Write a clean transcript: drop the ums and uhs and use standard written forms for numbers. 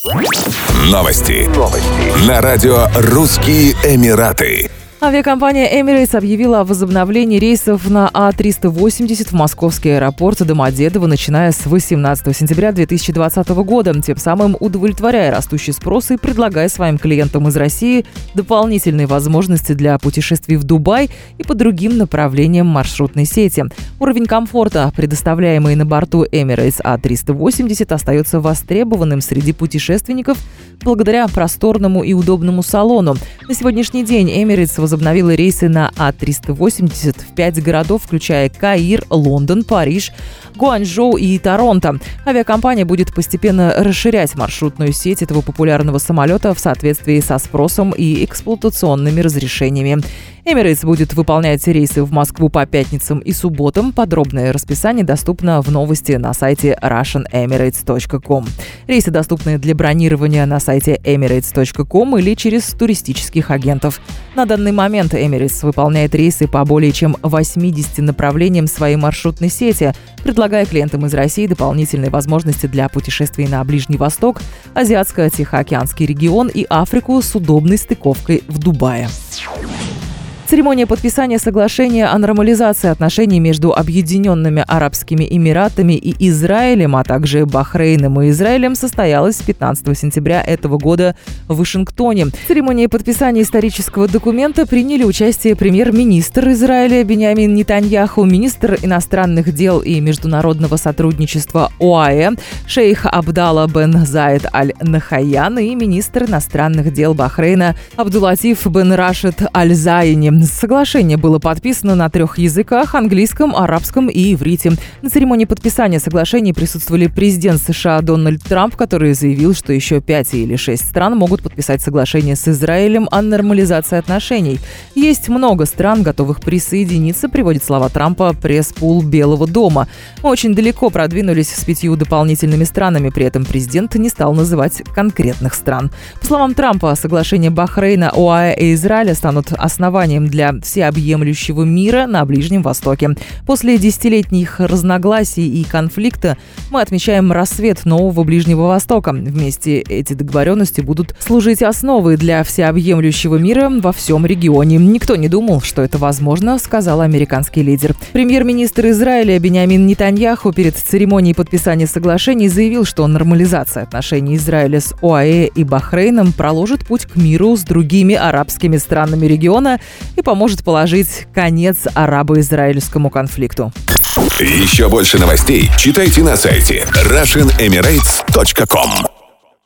Новости. На радио «Русские Эмираты». Авиакомпания Emirates объявила о возобновлении рейсов на А380 в московский аэропорт Домодедово, начиная с 18 сентября 2020 года, тем самым удовлетворяя растущий спрос и предлагая своим клиентам из России дополнительные возможности для путешествий в Дубай и по другим направлениям маршрутной сети. Уровень комфорта, предоставляемый на борту Emirates A380, остается востребованным среди путешественников благодаря просторному и удобному салону. На сегодняшний день Emirates возобновила рейсы на А380 в 5 городов, включая Каир, Лондон, Париж, Гуанчжоу и Торонто. Авиакомпания будет постепенно расширять маршрутную сеть этого популярного самолета в соответствии со спросом и эксплуатационными разрешениями. Emirates будет выполнять рейсы в Москву по пятницам и субботам. Подробное расписание доступно в новости на сайте RussianEmirates.com. Рейсы доступны для бронирования на сайте Emirates.com или через туристических агентов. На данный момент Emirates выполняет рейсы по более чем 80 направлениям своей маршрутной сети, предлагая клиентам из России дополнительные возможности для путешествий на Ближний Восток, Азиатско-Тихоокеанский регион и Африку с удобной стыковкой в Дубае. Церемония подписания соглашения о нормализации отношений между Объединенными Арабскими Эмиратами и Израилем, а также Бахрейном и Израилем состоялась 15 сентября этого года в Вашингтоне. В церемонии подписания исторического документа приняли участие премьер-министр Израиля Биньямин Нетаньяху, министр иностранных дел и международного сотрудничества ОАЭ шейх Абдалла бен Заид аль-Нахаян и министр иностранных дел Бахрейна Абдулатиф бен Рашид аль-Зайни. Соглашение было подписано на 3 языках – английском, арабском и иврите. На церемонии подписания соглашений присутствовали президент США Дональд Трамп, который заявил, что еще 5 или 6 стран могут подписать соглашение с Израилем о нормализации отношений. Есть много стран, готовых присоединиться, приводит слова Трампа пресс-пул Белого дома. Мы очень далеко продвинулись с 5 дополнительными странами, при этом президент не стал называть конкретных стран. По словам Трампа, соглашения Бахрейна, ОАЭ и Израиля станут основанием для всеобъемлющего мира на Ближнем Востоке. После десятилетних разногласий и конфликта мы отмечаем рассвет нового Ближнего Востока. Вместе эти договоренности будут служить основой для всеобъемлющего мира во всем регионе. Никто не думал, что это возможно, сказал американский лидер. Премьер-министр Израиля Биньямин Нетаньяху перед церемонией подписания соглашений заявил, что нормализация отношений Израиля с ОАЭ и Бахрейном проложит путь к миру с другими арабскими странами региона и поможет положить конец арабо-израильскому конфликту. Еще больше новостей читайте на сайте RussianEmirates.com.